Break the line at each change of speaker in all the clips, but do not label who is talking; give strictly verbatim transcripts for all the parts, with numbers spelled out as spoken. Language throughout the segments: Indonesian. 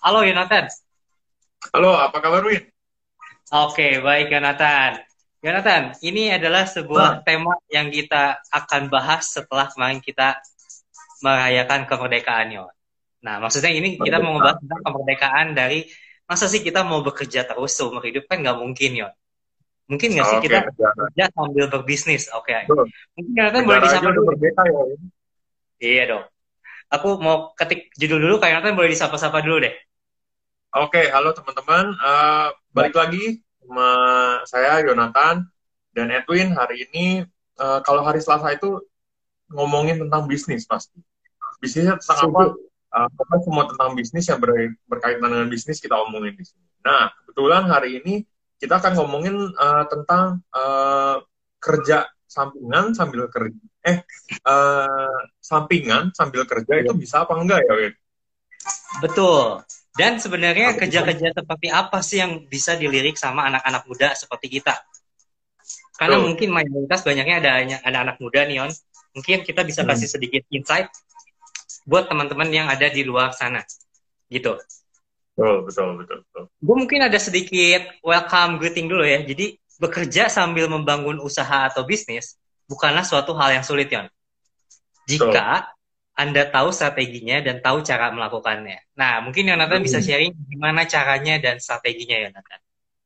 Halo Yonatan.
Halo, apa kabar Win?
Oke, baik Yonatan. Yonatan, ini adalah sebuah
Ah,
tema yang kita akan bahas setelah kemarin kita merayakan kemerdekaan, Yon. Nah, maksudnya ini kita mau
merdeka.
ngebahas tentang kemerdekaan dari masa sih kita mau bekerja terus seumur hidup kan nggak mungkin, Yon. Mungkin nggak sih
Oke,
kita
negara.
bekerja sambil berbisnis? Oke,
Betul.
mungkin Yonatan boleh
Negara aja
disapa
udah
dulu deh.
merdeka ya, Win.
Iya dong. Aku mau ketik judul dulu, Kak Yonatan boleh disapa-sapa dulu deh.
Oke, halo teman-teman. Eh,
Ya.
balik lagi sama saya, Yonatan, dan Edwin. Hari ini, eh, kalau hari Selasa itu ngomongin tentang bisnis pasti. Bisnisnya tentang apa?
Setuju.
Eh, pokoknya semua tentang bisnis yang ber- berkaitan dengan bisnis kita omongin di sini. Nah, kebetulan hari ini kita akan ngomongin eh, tentang eh, kerja sampingan sambil kerja. Eh, eh, sampingan sambil kerja itu bisa apa enggak ya, Win?
Betul. Dan sebenarnya
Apa tuh?
kerja-kerja seperti apa sih yang bisa dilirik sama anak-anak muda seperti kita? Karena
Betul.
mungkin mayoritas banyaknya ada ada anak muda nih, On. Mungkin kita bisa
Hmm.
kasih sedikit insight buat teman-teman yang ada di luar sana, gitu.
Betul, betul, betul, betul.
Gue mungkin ada sedikit welcome greeting dulu ya. Jadi bekerja sambil membangun usaha atau bisnis bukanlah suatu hal yang sulit, Yon.
Betul.
Jika Anda tahu strateginya dan tahu cara melakukannya. Nah, mungkin Yonatan bisa
Hmm.
sharing gimana caranya dan strateginya, Yonatan.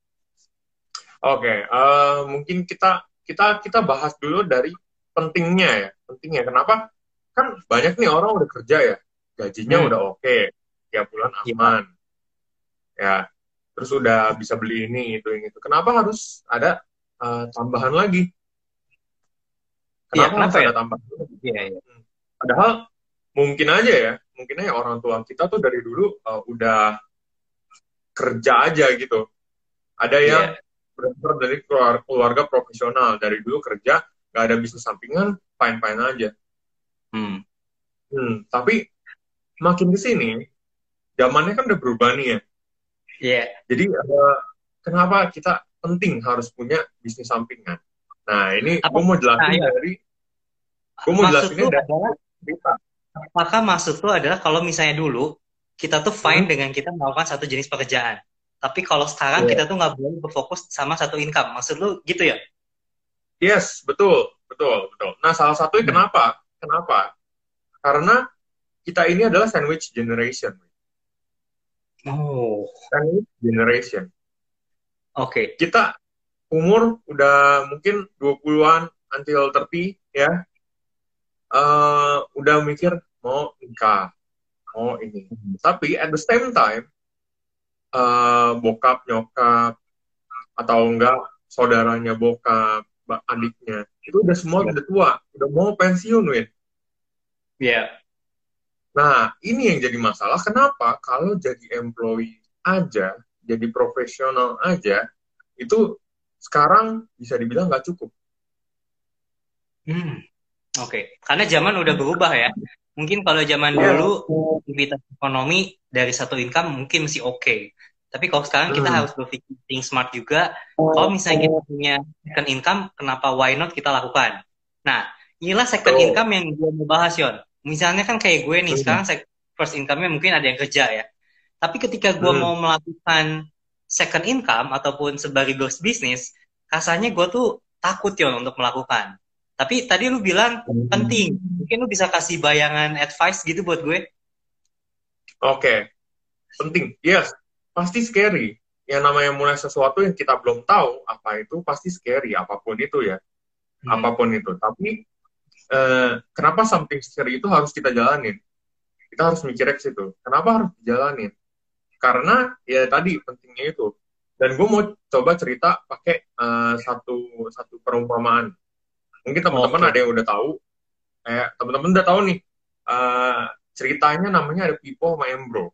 Oke, eh, mungkin kita kita kita bahas dulu dari pentingnya ya. Pentingnya kenapa? Kan banyak nih orang udah kerja ya, gajinya
Hmm,
udah oke, tiap bulan
iya.
aman, ya. Terus udah bisa beli ini, itu, ini, itu. Kenapa harus ada eh, tambahan lagi?
Iya,
Kenapa harus
kenapa ya?
ada tambahan lagi?
Iya, iya.
Hmm. Padahal mungkin aja ya, mungkin aja orang tua kita tuh dari dulu eh, udah kerja aja gitu. Ada yang
Iya.
benar dari keluarga, keluarga profesional, dari dulu kerja, nggak ada bisnis sampingan, fine-fine aja.
Hmm.
Hmm. Tapi makin ke sini, zamannya kan udah berubah nih ya.
Iya.
Jadi eh, kenapa kita penting harus punya bisnis sampingan? Nah, ini
Apa?
gue mau
Nah,
jelasin
iya.
dari, gue mau
Maksud
jelasinnya
lu
dari
adalah,
cerita.
apakah maksud lu adalah kalau misalnya dulu kita tuh fine
Hmm?
dengan kita melakukan satu jenis pekerjaan. Tapi kalau sekarang
Iya.
kita tuh nggak boleh berfokus sama satu income. Maksud lu gitu ya?
Yes, betul, betul, betul. Nah, salah satunya
Hmm.
kenapa? Kenapa? Karena kita ini adalah sandwich generation.
Oh,
Sandwich generation.
oke.
Kita umur udah mungkin dua puluhan-an until tiga puluh ya, eh, udah mikir mau nikah, mau ini. Tapi at the same time, eh, bokap, nyokap, atau enggak saudaranya bokap, adiknya, itu udah semua
Iya.
udah tua, udah mau pensiun, Win.
Iya.
Nah, ini yang jadi masalah. Kenapa? Kalau jadi employee aja, jadi profesional aja, itu sekarang bisa dibilang nggak cukup.
Hmm. Oke. Karena zaman udah berubah ya. Mungkin kalau zaman
Yes.
dulu aktivitas ekonomi dari satu income mungkin masih oke. Tapi kalau sekarang kita
Hmm.
harus berpikir think smart juga. Kalau misalnya kita punya second income, kenapa why not kita lakukan? Nah, inilah second
Betul.
income yang gue mau bahas, Yon. Misalnya kan kayak gue nih,
Hmm.
sekarang sec- first income-nya mungkin ada yang kerja ya. Tapi ketika gue
Hmm.
mau melakukan second income ataupun sebagai bisnis, rasanya gue tuh takut, Yon, untuk melakukan. Tapi tadi lu bilang penting. Mungkin lu bisa kasih bayangan advice gitu buat gue.
Oke, penting. Yes, pasti scary. Yang namanya mulai sesuatu yang kita belum tahu apa itu pasti scary, apapun itu ya,
Hmm.
apapun itu. Tapi eh, kenapa something scary itu harus kita jalanin? Kita harus mikirnya ke situ. Kenapa harus dijalanin? Karena ya tadi pentingnya itu. Dan gue mau coba cerita pakai eh, satu satu perumpamaan. Mungkin teman-teman
Oke,
ada yang udah tahu, kayak teman-teman udah tahu nih eh, ceritanya namanya ada Pipo sama Embro.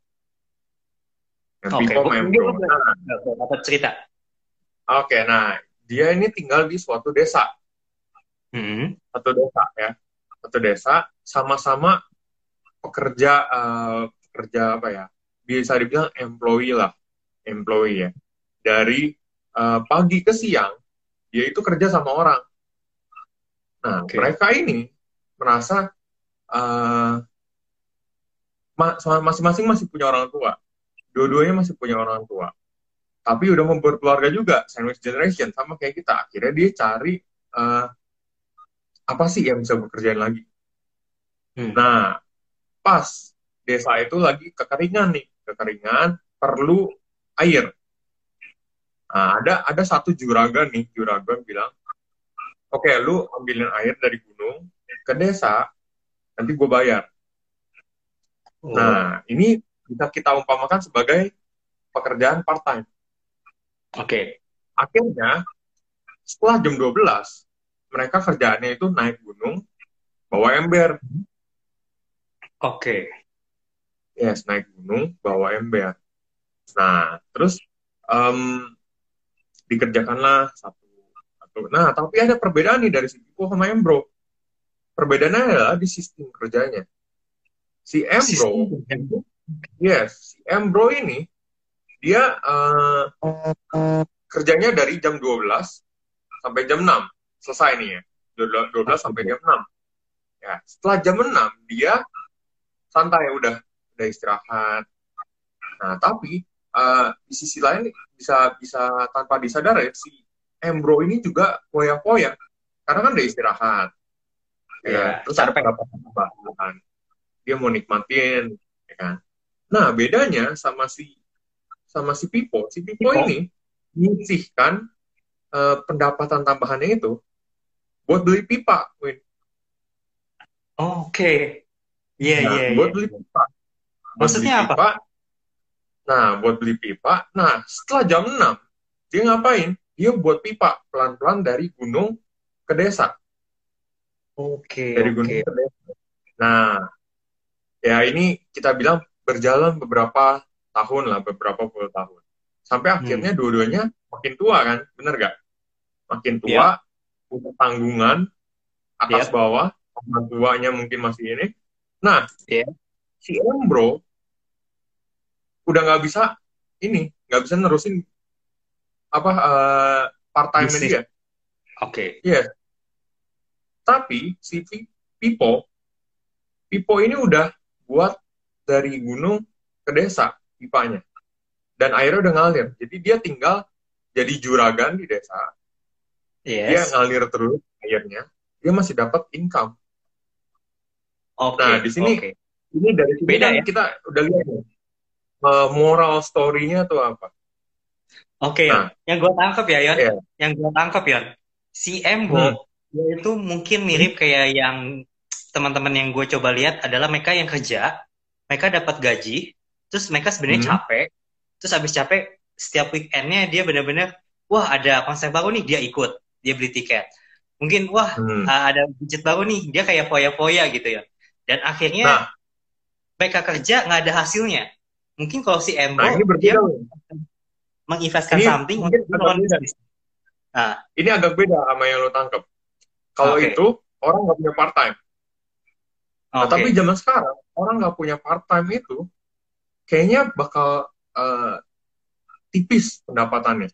Yang
oke.
Pipo sama
Mungkin
Embro.
lu boleh
Nah,
dapat cerita.
oke, nah dia ini tinggal di suatu desa,
Hmm.
satu desa ya, satu desa sama-sama pekerja eh, pekerja apa ya? Bisa dibilang employee lah, employee ya. Dari eh, pagi ke siang dia itu kerja sama orang. Nah,
Oke.
mereka ini merasa eh, ma- masing-masing masih punya orang tua dua-duanya masih punya orang tua, tapi udah mau berkeluarga juga, sandwich generation, sama kayak kita. Akhirnya dia cari uh, apa sih yang bisa bekerjain lagi.
Hmm.
Nah, pas desa itu lagi kekeringan nih, kekeringan, perlu air. Nah, ada ada satu juragan nih, juragan bilang, oke, okay, lu ambilin air dari gunung ke desa, nanti gue bayar.
Oh,
Nah, ini bisa kita umpamakan sebagai pekerjaan part-time.
oke. Okay.
Akhirnya, setelah jam dua belas, mereka kerjaannya itu naik gunung, bawa ember.
Oke. Okay.
Yes, naik gunung, bawa ember. Nah, terus um, dikerjakanlah satu, satu. Nah, tapi ada perbedaan nih dari si Pipo sama Embro. Perbedaannya adalah di sistem kerjanya. Si Embro,
Sistem.
yes, si Embro ini, dia uh, kerjanya dari jam dua belas sampai jam enam. Selesai nih ya. dua belas sampai jam enam. Ya, setelah jam enam, dia santai, udah, udah istirahat. Nah, tapi uh, di sisi lain bisa bisa tanpa disadari si Embro ini juga poya-poya karena kan udah istirahat ya kan?
Ya,
Terus ada
capek.
pendapatan tambahan, dia mau nikmatin ya kan. Nah, bedanya sama si sama si Pipo, si Pipo
Pipo.
ini menyisihkan uh, pendapatan tambahannya itu buat beli pipa, Win.
Oke. Iya,
Nah,
iya, iya.
buat beli pipa, buat beli
Maksudnya apa?
pipa. Nah, buat beli pipa. Nah, setelah jam enam, dia ngapain? Dia buat pipa pelan-pelan dari gunung ke desa.
Oke,
Dari gunung
oke.
ke desa. Nah, ya ini kita bilang berjalan beberapa tahun lah, beberapa puluh tahun. Sampai
Hmm.
akhirnya dua-duanya makin tua kan, bener gak? Makin
Yap,
tua, punya tanggungan, atas
yap,
bawah, orang tuanya mungkin masih ini. Nah,
yap.
si Embro udah nggak bisa ini, nggak bisa nerusin apa uh, part time
Bisnis.
dia.
Oke.
Iya, yeah. Tapi si Pipo, Pipo ini udah buat dari gunung ke desa pipanya. Dan airnya udah ngalir. Jadi dia tinggal jadi juragan di desa. Dia
Yes.
ngalir terus airnya. Dia masih dapat income. Nah, di
Oke,
sini,
oke.
ini dari sini
Beda
kan
ya?
kita udah lihat nih, uh, moral story-nya tuh apa.
Oke, Yon.
Nah,
Yang gue tangkap ya, Yon.
ya.
Yang gue tangkap, Yon. Si
Hmm.
Embo, dia itu mungkin
Hmm.
mirip kayak yang teman-teman yang gue coba lihat adalah mereka yang kerja, mereka dapat gaji, terus mereka sebenarnya
Hmm.
capek, terus habis capek, setiap weekendnya dia benar-benar, wah ada konser baru nih, dia ikut, dia beli tiket. Mungkin, wah
Hmm.
ada budget baru nih, dia kayak foya-foya gitu ya. Dan akhirnya
Nah,
mereka kerja nggak ada hasilnya. Mungkin kalau si
nah ini
Embo, dia
berbeda. Loh.
menginvestkan
Ini
something
mungkin
untuk
agak
melakukan
beda.
bisnis. Nah,
Ini agak beda sama yang lo tangkap. Kalau
oke,
itu, orang nggak punya part time. Nah,
oke.
tapi zaman sekarang, orang nggak punya part-time itu, kayaknya bakal uh, tipis pendapatannya.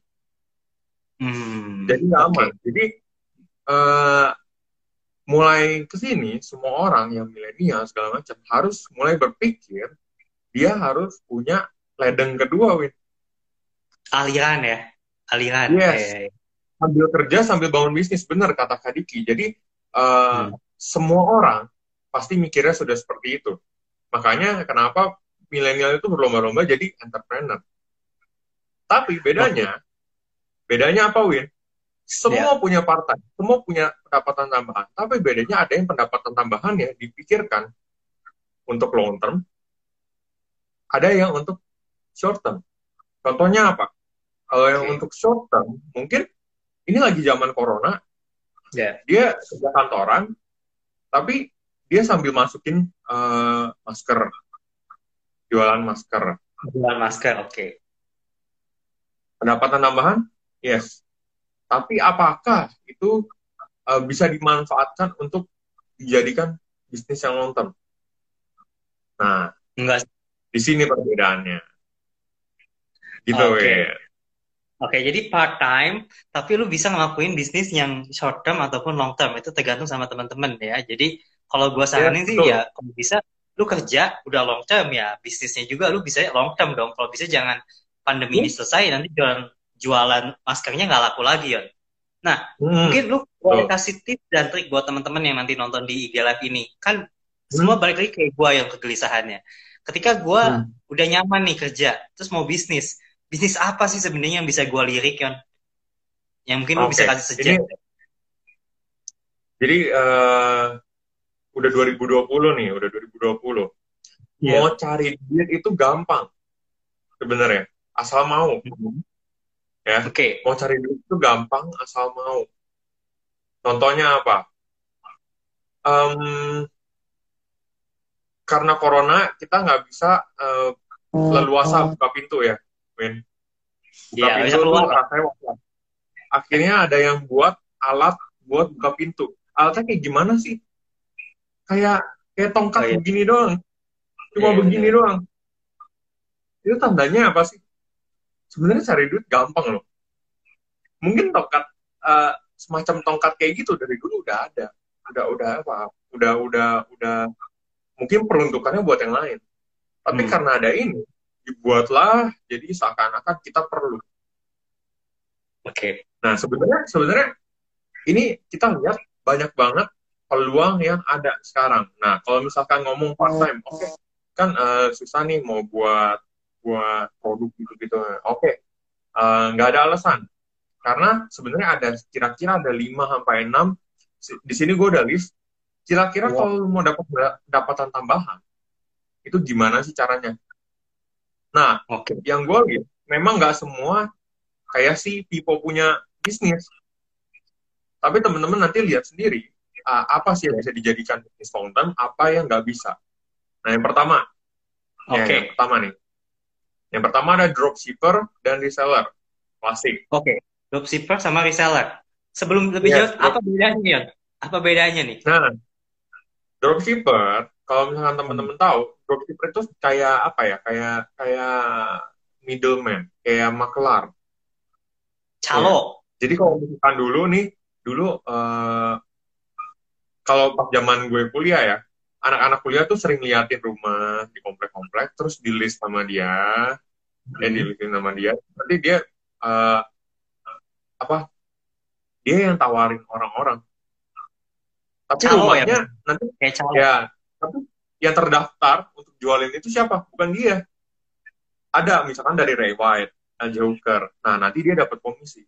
Hmm,
Jadi nggak
oke.
aman. Jadi, uh, mulai ke sini, semua orang yang milenial segala macam harus mulai berpikir, dia harus punya ledeng kedua, Win.
Aliran ya, aliran. Eh,
Yes, sambil kerja, sambil bangun bisnis. Benar kata Kak Diki. Jadi, uh,
hmm,
semua orang pasti mikirnya sudah seperti itu. Makanya kenapa milenial itu berlomba-lomba jadi entrepreneur. Tapi
oke.
bedanya, bedanya apa, Win?
Ya.
Semua punya partai, semua punya pendapatan tambahan. Tapi bedanya ada yang pendapatan tambahan ya dipikirkan untuk long term, ada yang untuk short term. Contohnya apa? Kalau yang
Oke.
untuk short term, mungkin ini lagi zaman corona,
Ya.
dia kerja kantoran, tapi dia sambil masukin uh, masker, jualan masker.
Jual masker, oke.
Pendapatan tambahan? Yes. Tapi apakah itu uh, bisa dimanfaatkan untuk dijadikan bisnis yang long term? Nah,
Enggak.
di sini perbedaannya. Gitu,
Oke.
ya.
Oke, jadi part time, tapi lu bisa ngelakuin bisnis yang short term ataupun long term. Itu tergantung sama teman-teman ya. Jadi kalau gua
Ya,
saranin sih
betul.
ya kalau bisa lu kerja udah long term ya, bisnisnya juga lu bisa long term dong. Kalau bisa jangan pandemi ini selesai nanti jualan jualan maskernya nggak laku lagi ya. Nah,
Hmm,
mungkin lu boleh
betul.
kasih tips dan trik buat teman-teman yang nanti nonton di I G Live ini. Kan semua
Hmm,
balik lagi kayak gue yang kegelisahannya. Ketika gue
hmm.
udah nyaman nih kerja, terus mau bisnis, bisnis apa sih sebenarnya yang bisa gue lirik, Yon? Yang mungkin lu bisa
Oke,
kasih
ini
suggest.
jadi eh, udah dua ribu dua puluh nih, udah dua ribu dua puluh. Mau
Iya.
cari duit itu gampang sebenarnya, asal mau
Mhm.
ya.
Oke.
Mau cari duit itu gampang asal mau. Contohnya apa? Em, karena corona kita nggak bisa eh, leluasa buka pintu ya, Win. Buka
Iya, nggak
pintu
bisa
tuh
keluar lah.
rasanya waktu. Akhirnya ada yang buat alat buat buka pintu. Alatnya kayak gimana sih? Kayak kayak tongkat
Oh iya,
begini doang, cuma
iya
begini
benar.
doang. Itu tandanya apa sih? Sebenarnya cari duit gampang loh. Mungkin tongkat eh, semacam tongkat kayak gitu dari dulu udah ada. Udah udah apa? Udah udah udah mungkin peruntukannya buat yang lain. Tapi
Hmm.
karena ada ini dibuatlah jadi seakan-akan kita perlu.
Oke.
Nah, sebenarnya sebenarnya ini kita lihat banyak banget peluang yang ada sekarang. Nah, kalau misalkan ngomong part time, oke, okay, kan uh, susah nih mau buat buat produk gitu-gitu. Oke, okay, uh, nggak ada alasan. Karena sebenarnya ada kira-kira ada lima sampai enam di sini gue udah list. Kira-kira
Iya.
kalau mau dapat pendapatan tambahan, itu gimana sih caranya? Nah,
Oke.
yang gue lihat memang nggak semua kayak si Pipo punya bisnis. Tapi teman-teman nanti lihat sendiri, uh, apa sih yang bisa dijadikan bisnis long term, apa yang nggak bisa. Nah, yang pertama, ya yang
Oke.
pertama nih. Yang pertama ada dropshipper dan reseller. Klasik.
Oke. Dropshipper sama reseller. Sebelum lebih jauh,
Yes,
apa
drop.
bedanya, Yon? Apa bedanya nih?
Nah, dropshipper, kalau misalkan
Hmm.
teman-teman tahu, dropshipper itu kayak apa ya? Kayak kayak middleman, kayak makelar. Ya.
Calo.
Jadi kalau misalkan dulu nih, dulu uh, kalau pas zaman gue kuliah ya, anak-anak kuliah tuh sering liatin rumah di komplek-komplek, terus di list sama dia, ya di
Hmm.
listin sama dia, nanti dia uh, apa? Dia yang tawarin orang-orang, tapi
Calo ya,
rumahnya
Mas?
nanti
Kayak calo.
ya, tapi yang terdaftar untuk jualin itu siapa? Bukan dia. Ada misalkan dari Ray White, Al Joker. Nah nanti dia dapat komisi.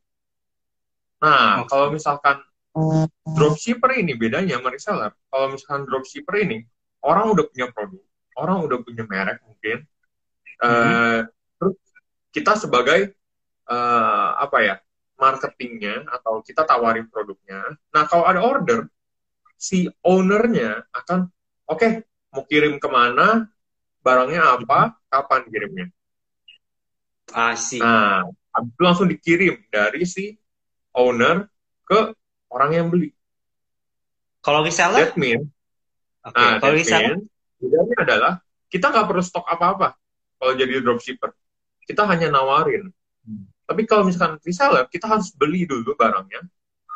Nah
Oke.
kalau misalkan dropshipper ini bedanya sama reseller. Kalau misalkan dropshipper ini orang udah punya produk, orang udah punya merek mungkin.
Hmm.
Eh, terus kita sebagai eh, apa ya marketingnya atau kita tawarin produknya. Nah kalau ada order, si ownernya akan oke okay, mau kirim kemana, barangnya
Hmm.
apa, kapan kirimnya.
Ah, sih.
Nah habis itu langsung dikirim dari si owner ke orang yang beli.
Kalau reseller?
That means,
Oke.
nah
Kalau
that
reseller?
means bedanya adalah kita nggak perlu stok apa-apa kalau jadi dropshipper. Kita hanya nawarin.
Hmm.
Tapi kalau misalkan reseller, kita harus beli dulu barangnya,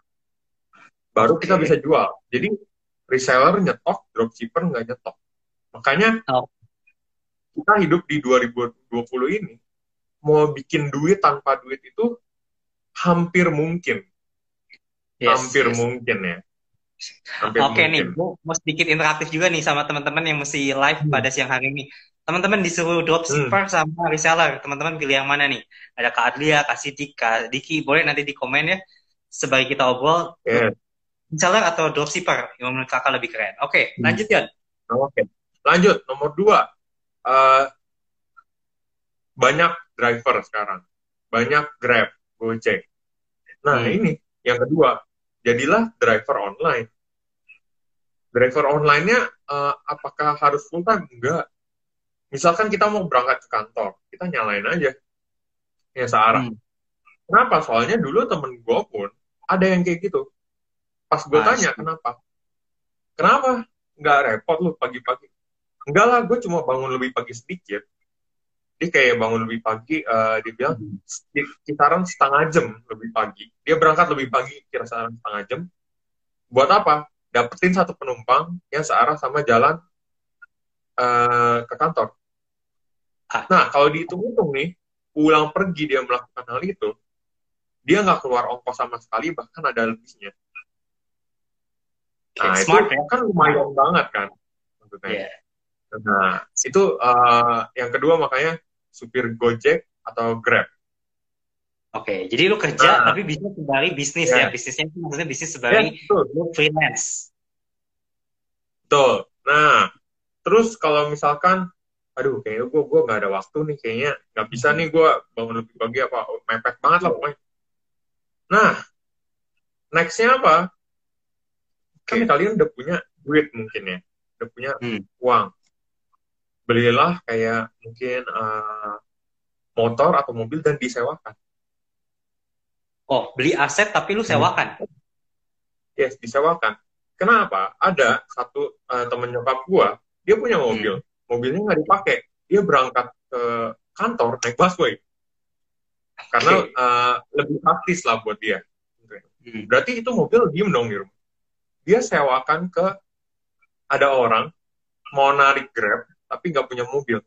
baru kita bisa
Oke.
jual. Jadi reseller nyetok, dropshipper nggak nyetok. Makanya
Oh,
kita hidup di dua ribu dua puluh ini, mau bikin duit tanpa duit itu hampir mungkin.
yes,
Hampir
yes.
mungkin ya. Hampir
Oke nih,
mungkin.
gue mau sedikit interaktif juga nih sama teman-teman yang mesti live pada
Hmm.
siang hari ini. Teman-teman disuruh
Hmm.
dropshipper sama reseller. Teman-teman pilih yang mana nih? Ada Kak Adlia, Kak Sidik, Kak Diki. Boleh nanti di komen ya. Sebagai kita obrol,
Yeah.
reseller atau dropshipper yang menurut kakak lebih keren. Oke,
Hmm.
lanjut ya.
Oke. Okay. Lanjut, nomor dua. Uh, banyak driver sekarang. Banyak Grab, Gojek. Nah,
Hmm.
ini yang kedua. Jadilah driver online. Driver online-nya uh, apakah harus full time? Enggak. Misalkan kita mau berangkat ke kantor, kita nyalain aja yang searah.
Hmm.
Kenapa? Soalnya dulu temen gue pun ada yang kayak gitu. Pas gue
Ah,
tanya, kenapa? Kenapa? Nggak repot lu pagi-pagi. Enggak lah, gue cuma bangun lebih pagi sedikit. Dia kayak bangun lebih pagi, uh, dia bilang kisaran setengah jam lebih pagi. Dia berangkat lebih pagi, kisaran setengah jam. Buat apa? Dapetin satu penumpang yang searah sama jalan uh, ke kantor.
Ah.
Nah, kalau dihitung-hitung nih, pulang pergi dia melakukan hal itu, dia nggak keluar ongkos sama sekali, bahkan ada lebihnya.
Okay,
Nah,
smart
itu
ya.
kan lumayan banget kan, maksudnya.
Yeah.
Nah, itu uh, yang kedua makanya supir Gojek atau Grab.
Oke, okay, jadi lu kerja
Nah,
tapi bisnis sembari bisnis ya.
ya,
Bisnisnya itu maksudnya bisnis
ya,
sembari
betul.
lu freelance.
Betul. Nah, terus kalau misalkan, aduh, kayaknya gue gue nggak ada waktu nih, kayaknya nggak bisa nih gue bangun lebih pagi apa, mepet banget lah pokoknya. Nah, nextnya apa? Kan
Okay.
kalian udah punya duit mungkin ya, udah punya
Hmm.
uang. Belilah kayak mungkin uh, motor atau mobil dan disewakan.
Oh, beli aset tapi lu sewakan.
Yes, disewakan. Kenapa? Ada satu uh, temen nyokap gua, dia punya mobil.
Hmm.
Mobilnya nggak dipakai. Dia berangkat ke kantor naik busway. Karena
Okay.
uh, lebih praktis lah buat dia.
Hmm.
Berarti itu mobil diem dong di rumah. Dia sewakan ke ada orang mau narik Grab tapi nggak punya mobil.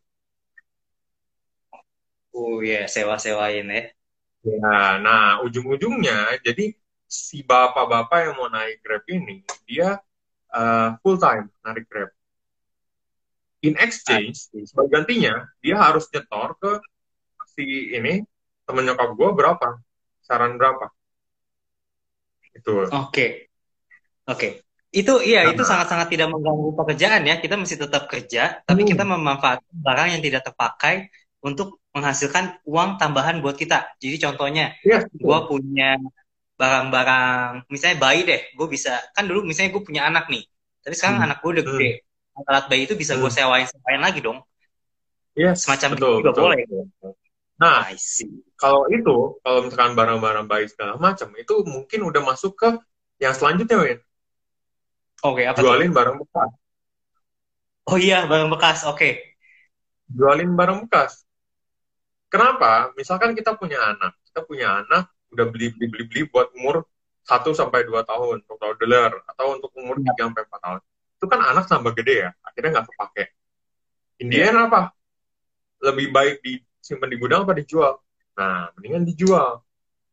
Oh ya, yeah. Sewa-sewain ya.
Ya, nah ujung-ujungnya jadi si bapak-bapak yang mau naik Grab ini dia uh, full time narik Grab. In exchange, sebagai gantinya dia harus nyetor ke si ini temen nyokap gue berapa, saran berapa, itu.
Oke, okay. oke. Okay. Itu iya, itu
Nah,
sangat-sangat tidak mengganggu pekerjaan ya. Kita mesti tetap kerja, tapi kita
hmm.
memanfaatkan barang yang tidak terpakai untuk menghasilkan uang tambahan buat kita. Jadi contohnya,
Yes,
gue
betul.
punya barang-barang, misalnya bayi deh, gue bisa, kan dulu misalnya gue punya anak nih, tapi sekarang
Hmm.
anak gue udah
Hmm.
gede. Alat bayi itu bisa gue
Hmm.
sewain-sewain lagi dong.
Yes,
Semacam gitu
betul,
juga
betul,
boleh.
betul. Nah,
I see.
kalau itu, kalau misalkan barang-barang bayi segala macam, itu mungkin udah masuk ke yang selanjutnya, Win.
Oke, okay, apa tuh?
Jualin barang bekas.
Oh iya, barang bekas. Oke. Okay.
Jualin barang bekas. Kenapa? Misalkan kita punya anak, kita punya anak udah beli beli beli beli buat umur satu sampai dua tahun untuk toddler atau untuk umur tiga sampai empat tahun. Itu kan anak tambah gede ya, akhirnya nggak kepake.
Iya.
Indian apa? Lebih baik disimpan di gudang apa dijual? Nah, mendingan dijual.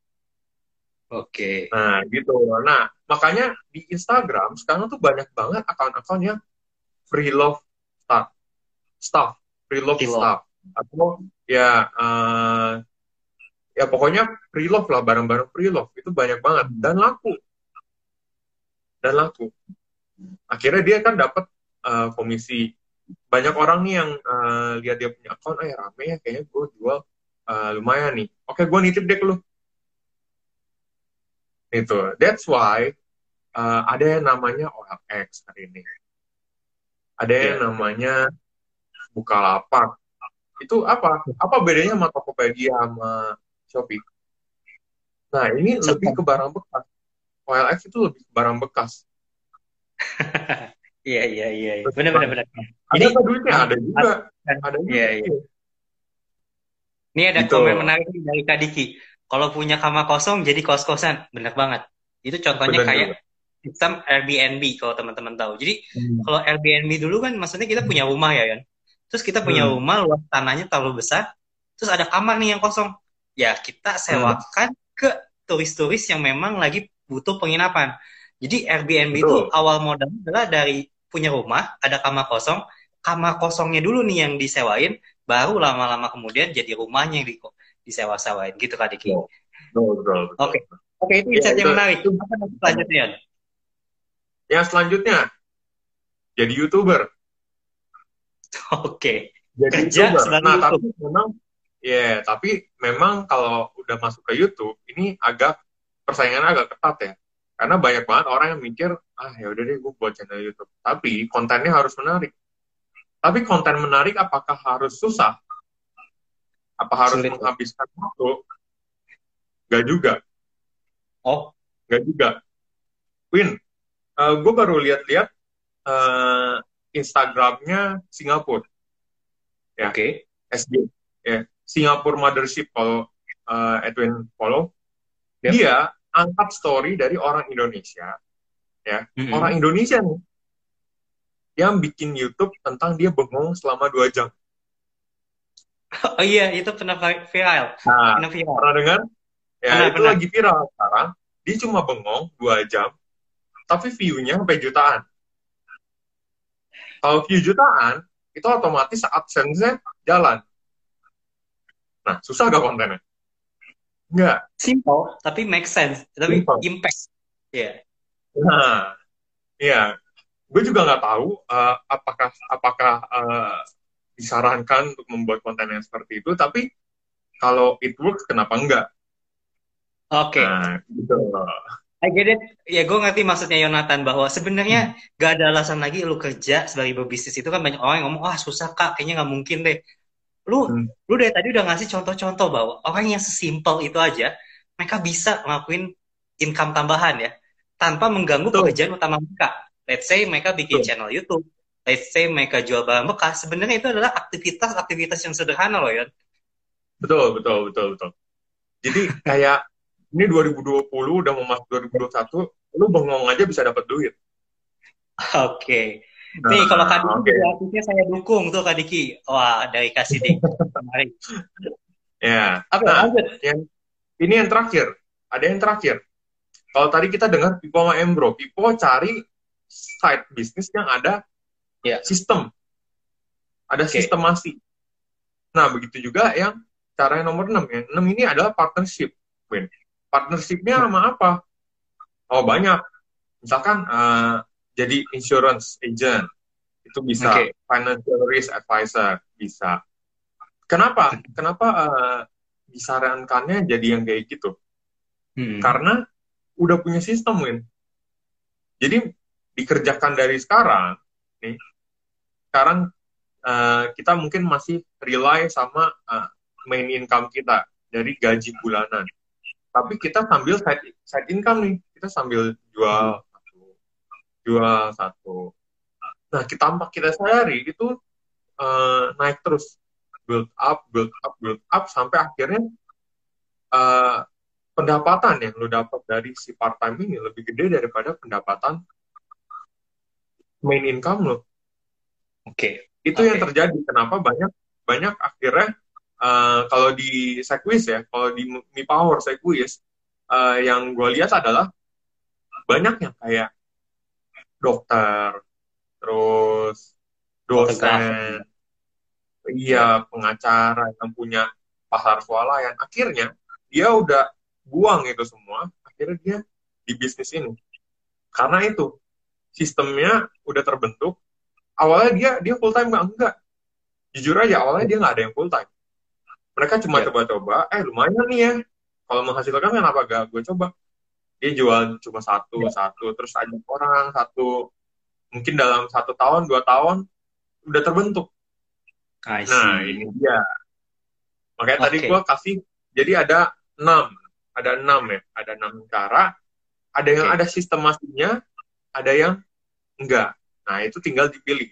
Oke.
Nah, gitu. Nah, makanya di Instagram sekarang tuh banyak banget akun-akun yang free love stuff, stuff, free love
Kilo.
stuff. Atau ya uh, ya pokoknya free love lah, barang-barang free love itu banyak banget dan laku dan laku akhirnya dia kan dapat uh, komisi. Banyak orang nih yang uh, lihat dia punya akun, eh rame ya kayaknya gue jual uh, lumayan nih, oke gue nitip deh ke lu, itu. That's why uh, ada yang namanya O L X hari ini, ada yang
Iya.
namanya Bukalapak. Itu apa apa bedanya sama Tokopedia sama Shopee? Nah, ini lebih ke barang bekas. O L X itu lebih ke barang bekas.
Iya, iya, iya. Benar, benar, benar.
Ada
Jadi,
apa duitnya? Ada juga.
kan?
Ada
Iya,
juga.
iya. Ini ada
Gitu.
komen menarik dari Kak Diki. Kalau punya kamar kosong jadi kos-kosan. Benar banget. Itu contohnya
Benar
kayak
juga.
sistem Airbnb kalau teman-teman tahu. Jadi,
Hmm.
kalau Airbnb dulu kan maksudnya kita punya rumah ya, kan? Terus kita punya
Hmm.
rumah, luas tanahnya terlalu besar. Terus ada kamar nih yang kosong. Ya, kita
Hmm.
sewakan ke turis-turis yang memang lagi butuh penginapan. Jadi Airbnb itu
Betul.
awal modalnya adalah dari punya rumah, ada kamar kosong, kamar kosongnya dulu nih yang disewain, baru lama-lama kemudian jadi rumahnya yang di, disewa-sewain gitu Kak Diki.
Betul, betul, betul.
Oke, oke itu
Ya,
insight
itu,
yang menarik.
itu.
Apa yang selanjutnya?
Yang selanjutnya, jadi YouTuber.
Oke,
Jadi
kerja
YouTuber.
sebagai
Nah,
YouTube.
tapi memang, ya, yeah, tapi memang kalau udah masuk ke YouTube, ini agak, persaingannya agak ketat ya. Karena banyak banget orang yang mikir, ah ya udah deh gue buat channel YouTube. Tapi kontennya harus menarik. Tapi konten menarik apakah harus susah? Apa harus
Sulit.
menghabiskan waktu? Gak juga.
Oh.
Gak juga. Win, uh, gue baru lihat-lihat uh, Instagramnya Singapura. Ya.
Oke.
S G. Ya. Singapore Mothership kalau uh, Edwin follow.
Yep.
Dia angkat story dari orang Indonesia. Ya.
Mm-hmm.
Orang Indonesia nih. yang bikin YouTube tentang dia bengong selama dua jam.
Oh iya, itu pernah viral.
Nah,
Pernah viral.
pernah dengar? Ya,
Pernah,
itu
pernah.
lagi viral sekarang. Dia cuma bengong dua jam, tapi view-nya sampai jutaan. Kalau view jutaan, itu otomatis AdSense-nya jalan. Nah, susah gak kontennya? Enggak.
Simple, tapi make sense. Tapi
Simple.
impact. Iya. Yeah.
Nah, iya. Gue juga nggak tahu uh, apakah apakah uh, disarankan untuk membuat konten yang seperti itu, tapi kalau it works, kenapa enggak?
Oke. Okay.
Nah, gitu.
I get it. Ya, gue ngerti maksudnya Yonatan bahwa sebenarnya hmm. gak ada alasan lagi lu kerja sebagai berbisnis. Itu kan banyak orang yang ngomong, wah susah kak, kayaknya nggak mungkin deh. Lu, hmm. lu dari tadi udah ngasih contoh-contoh bahwa orang yang sesimpel itu aja, mereka bisa ngelakuin income tambahan ya, tanpa mengganggu Betul. pekerjaan utama mereka. Let's say mereka bikin Betul. channel YouTube, let's say mereka jual barang bekas. Sebenarnya itu adalah aktivitas-aktivitas yang sederhana loh, Yon.
Betul, betul, betul, betul. Jadi kayak ini dua ribu dua puluh udah mau masuk dua ribu dua puluh satu, lu bengong aja bisa dapat duit.
Oke. Okay. Nah, nih kalau Kak Diki okay. jadi artisnya saya dukung tuh Kak Diki. Wah, dari kasih deh. Kemarin.
Ya.
Apa
nah,
lanjut?
Yang, ini yang terakhir. Ada yang terakhir. Kalau tadi kita dengar Pipo sama Embro, Pipo cari side bisnis yang ada yeah. sistem. Ada okay. sistemasi. Nah, begitu juga yang cara yang nomor enam. Yang enam ini adalah partnership. Win. Partnershipnya sama apa? Oh, banyak. Misalkan uh, jadi insurance agent. Itu bisa. Okay. Financial risk advisor. Bisa. Kenapa? Kenapa uh, disarankannya jadi yang kayak gitu? Hmm. Karena udah punya sistem, Win. Jadi, dikerjakan dari sekarang, nih, sekarang uh, kita mungkin masih rely sama uh, main income kita dari gaji bulanan. Tapi kita sambil side, side income nih, kita sambil jual satu, jual satu. Nah, kita tampak kita sehari itu uh, naik terus, build up, build up, build up, sampai akhirnya uh, pendapatan yang lo dapat dari si part time ini lebih gede daripada pendapatan main income lo.
Oke. Okay.
Itu okay. yang terjadi. Kenapa banyak banyak akhirnya Uh, kalau di Sequis ya, kalau di Mi Power Sequis, uh, yang gue lihat adalah banyak yang kayak dokter, terus dosen, iya pengacara yang punya pasar swalayan. Akhirnya dia udah buang itu semua, akhirnya dia di bisnis ini. Karena itu sistemnya udah terbentuk. Awalnya dia dia full time nggak enggak. Jujur aja awalnya dia nggak ada yang full time. Mereka cuma coba-coba, yeah. eh lumayan nih ya. Kalau menghasilkan kenapa gak gue coba? Dia jual cuma satu, yeah. satu, terus ajak orang, satu. Mungkin dalam satu tahun, dua tahun, udah terbentuk. Nah, ini dia. Makanya okay. tadi gue kasih, jadi ada enam. Ada enam ya, ada enam cara. Ada yang okay. ada sistemasinya, ada yang enggak. Nah, itu tinggal dipilih.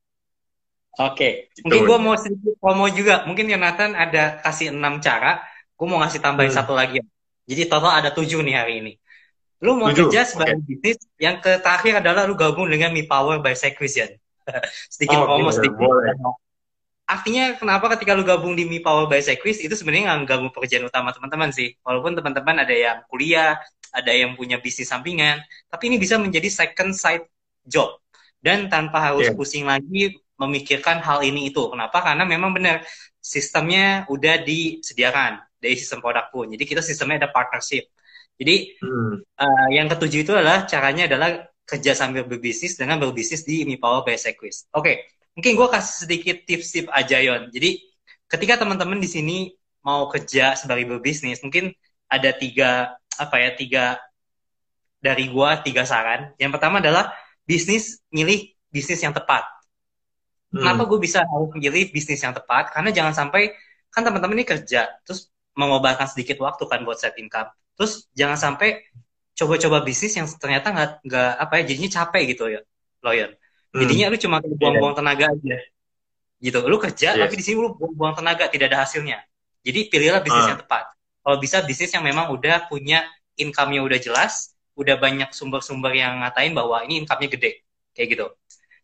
Oke, okay. Mungkin gue mau sedikit promo juga. Mungkin Yonatan ada kasih enam cara, gue mau ngasih tambahin hmm. satu lagi. Jadi total ada tujuh nih hari ini. Lu mau tujuh. kerja sebagai okay. bisnis, yang terakhir adalah lu gabung dengan Mi Power by Sequis ya. Sedikit oh, promo, sedikit. Boleh. Artinya kenapa ketika lu gabung di Mi Power by Sequis, itu sebenarnya nggak gabung pekerjaan utama teman-teman sih. Walaupun teman-teman ada yang kuliah, ada yang punya bisnis sampingan, tapi ini bisa menjadi second side job. Dan tanpa harus yeah. pusing lagi memikirkan hal ini itu. Kenapa? Karena memang benar sistemnya udah disediakan dari sistem produk pun. Jadi kita sistemnya ada partnership. Jadi hmm. uh, yang ketujuh itu adalah caranya adalah kerja sambil berbisnis dengan berbisnis di Mi Power by Sequis. Oke, okay. Mungkin gue kasih sedikit tips-tips aja Yon. Jadi ketika teman-teman di sini mau kerja sebagai berbisnis, mungkin ada tiga apa ya tiga dari gue tiga saran. Yang pertama adalah bisnis milih bisnis yang tepat. Kenapa gue bisa harus memilih bisnis yang tepat? Karena jangan sampai, kan teman-teman ini kerja, terus mengorbankan sedikit waktu kan buat set income. Terus jangan sampai coba-coba bisnis yang ternyata nggak nggak apa ya, jadinya capek gitu ya, Loyon. Jadinya hmm. lu cuma buang-buang tenaga aja. Gitu, lu kerja yes. tapi di sini lu buang-buang tenaga, tidak ada hasilnya. Jadi pilihlah bisnis uh. yang tepat. Kalau bisa bisnis yang memang udah punya income-nya udah jelas, udah banyak sumber-sumber yang ngatain bahwa ini income-nya gede, kayak gitu.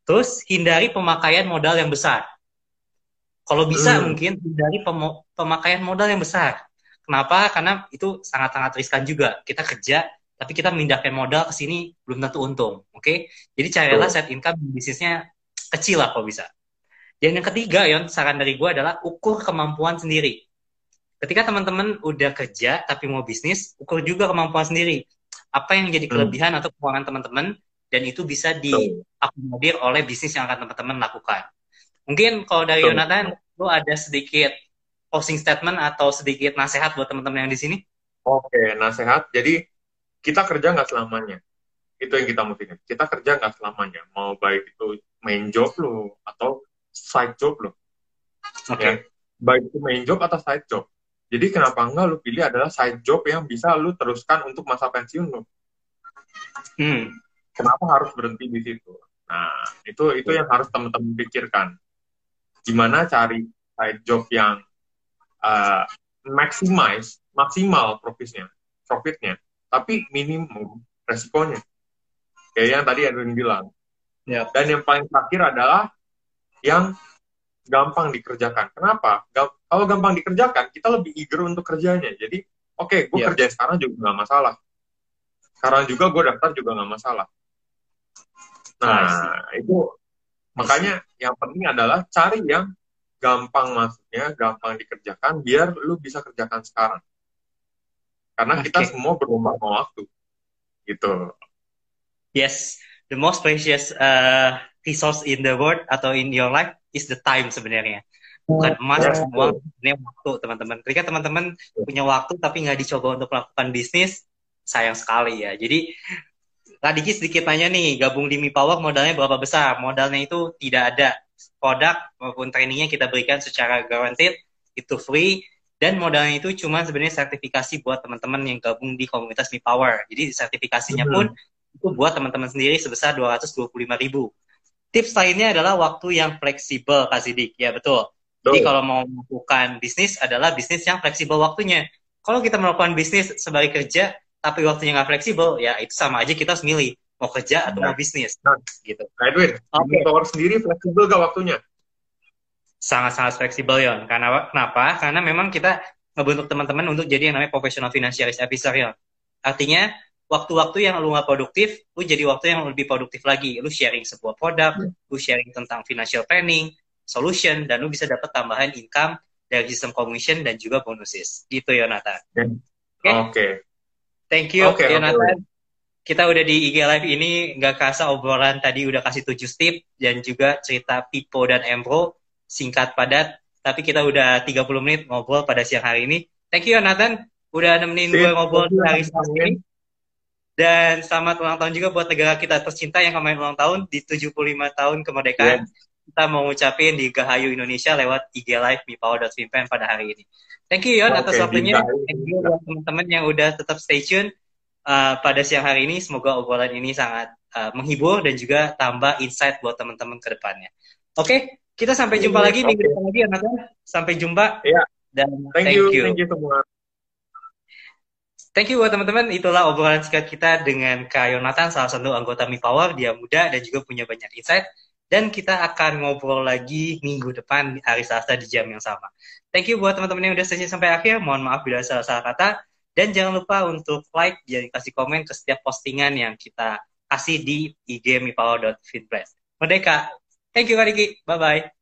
Terus hindari pemakaian modal yang besar. Kalau bisa
Hmm.
mungkin hindari pemo- pemakaian modal yang besar. Kenapa? Karena itu sangat-sangat riskan juga. Kita kerja, tapi kita memindahkan modal ke sini belum tentu untung. Oke? Okay? Jadi carilah
Tuh.
set income bisnisnya kecil lah kalau bisa. Dan yang ketiga, Yon, saran dari gue adalah ukur kemampuan sendiri. Ketika teman-teman udah kerja tapi mau bisnis, ukur juga kemampuan sendiri. Apa yang jadi
Hmm.
kelebihan atau kekurangan teman-teman, dan itu bisa
Tuh.
diakomodir oleh bisnis yang akan teman-teman lakukan. Mungkin kalau dari
Tuh.
Yonatan, lu ada sedikit closing statement atau sedikit nasihat buat teman-teman yang di sini?
Oke, nasihat. Jadi kita kerja nggak selamanya. Itu yang kita mesti ingat. Kita kerja nggak selamanya. Mau baik itu main job lo atau side job lo.
Oke.
Ya. Baik itu main job atau side job. Jadi kenapa enggak lu pilih adalah side job yang bisa lu teruskan untuk masa pensiun lo.
Hmm.
Kenapa harus berhenti di situ? Nah, itu itu yang harus teman-teman pikirkan. Gimana cari side job yang uh, maximize, maksimal profitnya, profitnya, tapi minimum resikonya. Kayak yang tadi Edwin bilang.
Yep.
Dan yang paling terakhir adalah yang gampang dikerjakan. Kenapa? Gam- kalau gampang dikerjakan, kita lebih eager untuk kerjanya. Jadi, oke, okay, gue
Yep.
kerjain sekarang juga nggak masalah. Sekarang juga gue daftar juga nggak masalah. Nah, itu makanya yang penting adalah cari yang gampang masuknya, gampang dikerjakan, biar lu bisa kerjakan sekarang. Karena
Okay.
kita semua berlomba-lomba waktu. Gitu.
Yes, the most precious uh, resource in the world atau in your life is the time sebenarnya. Bukan emas,
Yes,
semua ini waktu, teman-teman. Ketika teman-teman punya waktu tapi nggak dicoba untuk melakukan bisnis, sayang sekali ya. Jadi, Radiki sedikit nanya nih, gabung di Mi Power modalnya berapa besar? Modalnya itu tidak ada. Produk maupun trainingnya kita berikan secara guaranteed, itu free, dan modalnya itu cuma sebenarnya sertifikasi buat teman-teman yang gabung di komunitas Mi Power. Jadi sertifikasinya pun itu buat teman-teman sendiri sebesar dua ratus dua puluh lima ribu. Tips lainnya adalah waktu yang fleksibel, Kak Sidik. Ya, betul. Jadi
Betul.
kalau mau melakukan bisnis adalah bisnis yang fleksibel waktunya. Kalau kita melakukan bisnis sebagai kerja, tapi waktunya nggak fleksibel, ya itu sama aja kita harus milih mau kerja atau mau bisnis.
Nah,
gitu.
Nah, Edwin,
Oke.
Mi Power sendiri fleksibel gak waktunya?
Sangat-sangat fleksibel, Yon. Karena kenapa? Karena memang kita ngebentuk teman-teman untuk jadi yang namanya professional financial officer, Yon. Artinya, waktu-waktu yang lu nggak produktif, lu jadi waktu yang lebih produktif lagi. Lu sharing sebuah produk, yeah. lu sharing tentang financial planning, solution, dan lu bisa dapat tambahan income dari sistem commission dan juga bonuses. Gitu, Yonatan.
Oke.
Okay?
Okay.
Thank you,
okay,
Yonatan.
Okay.
Kita udah di I G Live ini, nggak kerasa obrolan tadi udah kasih tujuh tip, dan juga cerita Pipo dan Embro, singkat padat, tapi kita udah tiga puluh menit ngobrol pada siang hari ini. Thank you, Yonatan. Udah nemenin gue ngobrol di hari Sabtu ini. Dan selamat ulang tahun juga buat negara kita tercinta yang kemarin ulang tahun di tujuh puluh lima tahun kemerdekaan. Yeah. Kita mau ngucapin di Gahayu Indonesia lewat I G Live mipower dot finpen pada hari ini. Thank you, Yon, atas okay, waktunya. Thank you buat teman-teman yang udah tetap stay tune uh, pada siang hari ini. Semoga obrolan ini sangat uh, menghibur dan juga tambah insight buat teman-teman ke depannya. Oke, okay, kita sampai jumpa yeah, lagi okay. minggu depan lagi, Yonatan. Sampai jumpa.
Yeah.
Dan
thank,
thank
you.
you.
Thank you semua.
Thank you buat teman-teman, itulah obrolan singkat kita dengan Kak Yonatan, salah satu anggota Mi Power, dia muda dan juga punya banyak insight. Dan kita akan ngobrol lagi minggu depan, hari Selasa di jam yang sama. Thank you buat teman-teman yang udah stay sampai akhir, mohon maaf bila salah-salah kata. Dan jangan lupa untuk like, dan kasih komen ke setiap postingan yang kita kasih di I G mipower dot finpen. Merdeka! Thank you Kak Riki, bye-bye.